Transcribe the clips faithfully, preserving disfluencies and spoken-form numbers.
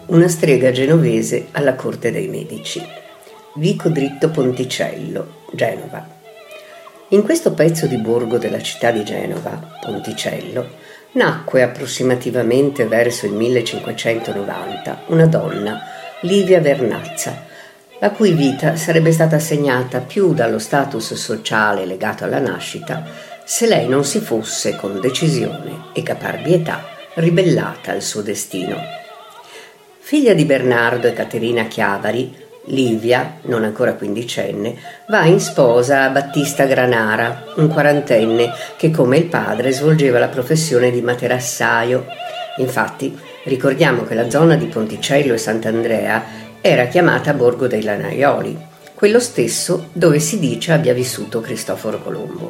Una strega genovese alla corte dei Medici. Vico Dritto Ponticello, Genova. In questo pezzo di borgo della città di Genova, Ponticello, nacque approssimativamente verso il millecinquecentonovanta una donna, Livia Vernazza, la cui vita sarebbe stata segnata più dallo status sociale legato alla nascita, se lei non si fosse con decisione e caparbietà ribellata al suo destino. Figlia di Bernardo e Caterina Chiavari, Livia, non ancora quindicenne, va in sposa a Battista Granara, un quarantenne che come il padre svolgeva la professione di materassaio. Infatti, ricordiamo che la zona di Ponticello e Sant'Andrea era chiamata Borgo dei Lanaioli, quello stesso dove si dice abbia vissuto Cristoforo Colombo.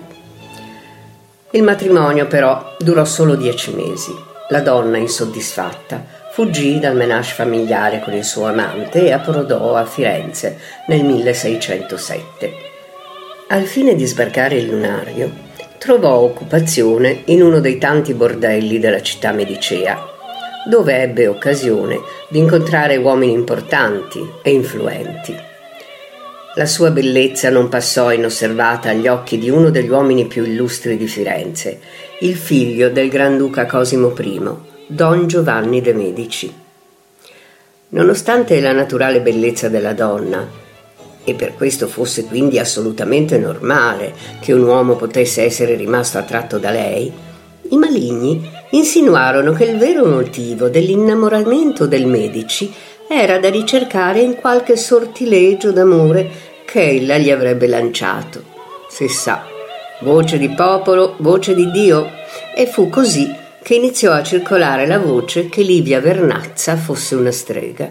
Il matrimonio però durò solo dieci mesi. La donna, insoddisfatta, fuggì dal menage familiare con il suo amante e approdò a Firenze nel milleseicentosette. Al fine di sbarcare il lunario, trovò occupazione in uno dei tanti bordelli della città medicea, dove ebbe occasione di incontrare uomini importanti e influenti. La sua bellezza non passò inosservata agli occhi di uno degli uomini più illustri di Firenze, il figlio del Granduca Cosimo I, Don Giovanni de' Medici. Nonostante la naturale bellezza della donna, e per questo fosse quindi assolutamente normale che un uomo potesse essere rimasto attratto da lei, i maligni insinuarono che il vero motivo dell'innamoramento del Medici era da ricercare in qualche sortilegio d'amore che ella gli avrebbe lanciato. Si sa, voce di popolo, voce di Dio, e fu così che iniziò a circolare la voce che Livia Vernazza fosse una strega.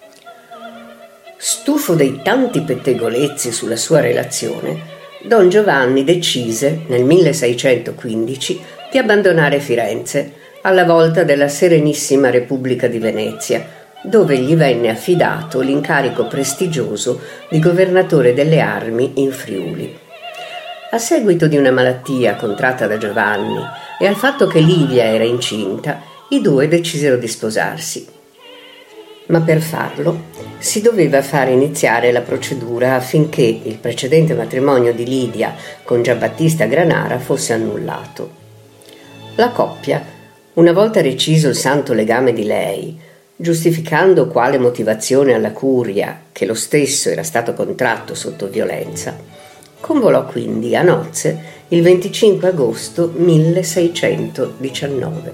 Stufo dei tanti pettegolezzi sulla sua relazione, Don Giovanni decise nel milleseicentoquindici di abbandonare Firenze alla volta della Serenissima Repubblica di Venezia, dove gli venne affidato l'incarico prestigioso di governatore delle armi in Friuli. A seguito di una malattia contratta da Giovanni e al fatto che Livia era incinta, i due decisero di sposarsi. Ma per farlo si doveva fare iniziare la procedura affinché il precedente matrimonio di Livia con Giambattista Granara fosse annullato. La coppia, una volta reciso il santo legame di lei, giustificando quale motivazione alla curia che lo stesso era stato contratto sotto violenza, convolò quindi a nozze il venticinque agosto milleseicentodiciannove.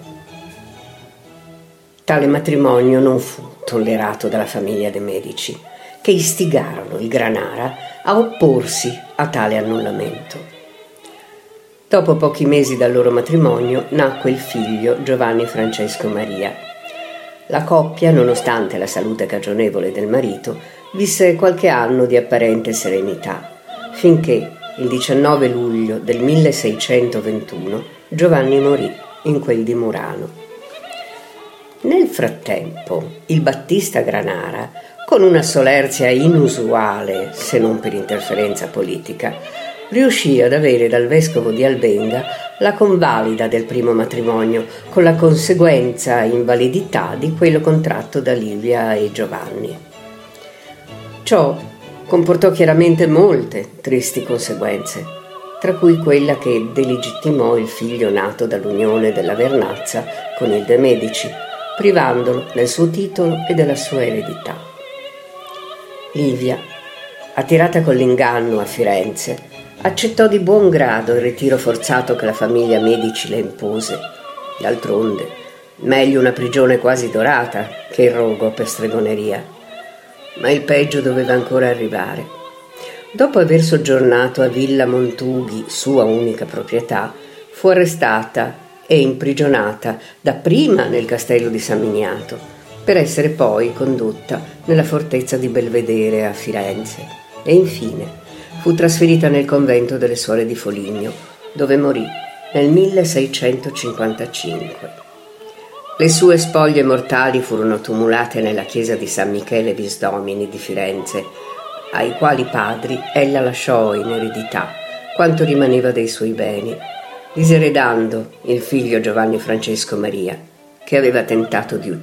Tale matrimonio non fu tollerato dalla famiglia de' Medici, che istigarono il Granara a opporsi a tale annullamento. Dopo pochi mesi dal loro matrimonio nacque il figlio Giovanni Francesco Maria. La coppia, nonostante la salute cagionevole del marito, visse qualche anno di apparente serenità, finché il diciannove luglio del milleseicentoventuno Giovanni morì in quel di Murano. Nel frattempo, il Battista Granara, con una solerzia inusuale, se non per interferenza politica, riuscì ad avere dal vescovo di Albenga la convalida del primo matrimonio, con la conseguenza invalidità di quello contratto da Livia e Giovanni. Ciò comportò chiaramente molte tristi conseguenze, tra cui quella che delegittimò il figlio nato dall'unione della Vernazza con il de' Medici, privandolo del suo titolo e della sua eredità. Livia, attirata con l'inganno a Firenze, accettò di buon grado il ritiro forzato che la famiglia Medici le impose. D'altronde, meglio una prigione quasi dorata che il rogo per stregoneria. Ma il peggio doveva ancora arrivare. Dopo aver soggiornato a Villa Montughi, sua unica proprietà, fu arrestata e imprigionata dapprima nel castello di San Miniato, per essere poi condotta nella fortezza di Belvedere a Firenze e infine fu trasferita nel convento delle Suore di Foligno, dove morì nel milleseicentocinquantacinque. Le sue spoglie mortali furono tumulate nella chiesa di San Michele Visdomini di Firenze, ai quali padri ella lasciò in eredità quanto rimaneva dei suoi beni, diseredando il figlio Giovanni Francesco Maria, che aveva tentato di